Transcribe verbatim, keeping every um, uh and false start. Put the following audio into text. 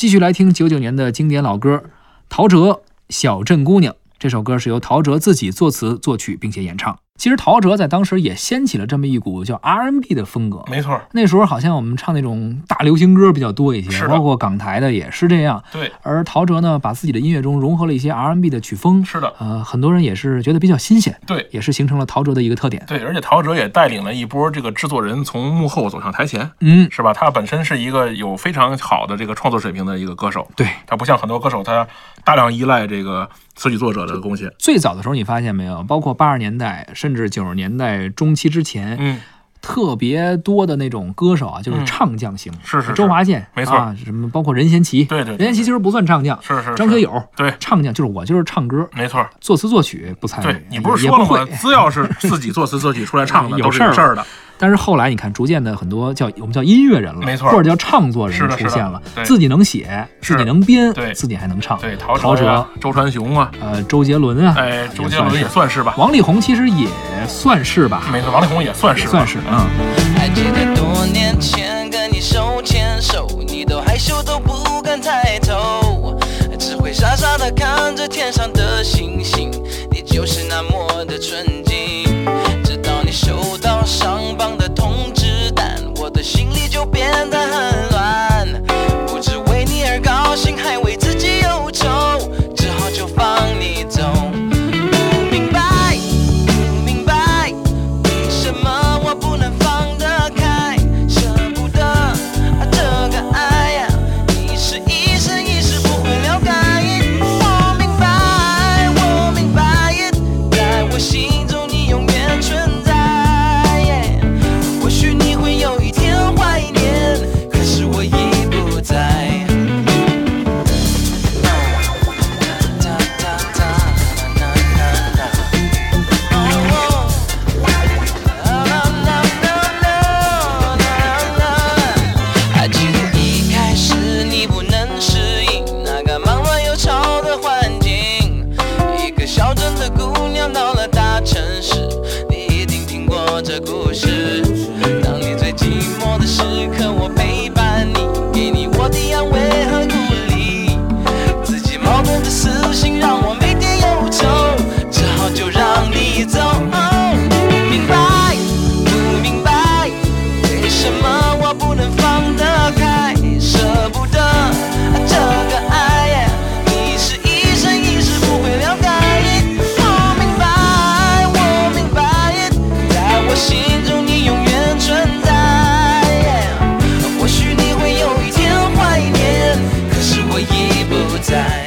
继续来听九九年的经典老歌，陶喆《小镇姑娘》。这首歌是由陶喆自己作词作曲并且演唱。其实陶喆在当时也掀起了这么一股叫 R and B 的风格， 没错。 那时候好像我们唱那种大流行歌比较多一些，包括港台的也是这样。 对。 而陶喆呢，把自己的音乐中融合了一些 R and B 的曲风。 是的。 呃，很多人也是觉得比较新鲜。 对。 也是形成了陶喆的一个特点。 对，而且陶喆也带领了一波这个制作人从幕后走向台前。 嗯， 是吧？他本身是一个有非常好的这个创作水平的一个歌手。 对。 他不像很多歌手，他大量依赖这个词曲作者的贡献。 最早的时候，你发现没有？包括八十年代甚至九十年代中期之前， 嗯， 特别多的那种歌手啊，就是唱将型， 嗯、是是是周华健， 没错， 啊，什么包括任贤齐， 对 对, 对， 任贤齐其实不算唱将， 是 是, 是， 张学友， 对， 唱将就是我就是唱歌， 没错， 作词作曲不参与。 对，你不是说了吗？只要是自己作词作曲出来唱的， 有事儿，有事儿的。 但是后来你看，逐渐的很多叫我们叫音乐人了， 没错， 或者叫唱作人出现了， 是自己能写，自己能编， 对， 自己还能唱。 对，陶喆、 啊、周传雄啊， 呃，周杰伦啊， 哎，周杰伦也算是吧。 王力宏其实也算是吧， 没错，王力宏也算是， 算是啊。 还记得多年前跟你手牵手，你都害羞都不敢抬头，只会傻傻的看着天上的星星，你就是那么的纯净。直到你收到上榜的通知单，我的心里就变得很乱，不知为你而高兴，还为自己忧愁，只好就放你走。不明白，不明白，为什么我不能放得开，舍不得啊这个爱呀，你是一生一世不会了解。我明白，我明白，在我心中你永远存在。或许你会有一天怀念，可是我已不在。还记得一开始你不能适应那个忙乱又吵的环境，一个小镇的姑娘到了大城市，你一定听过这故事。当你最寂寞的时刻，我陪伴你，给你我的安慰和鼓励。自己矛盾的私心让我每天忧愁，只好就让你走。不明白，不明白，为什么我不能放得开，舍不得这个爱，你是一生一世不会了解。我明白，我明白，在我心中你永远存在。或许你会有一天怀念，可是我已不在。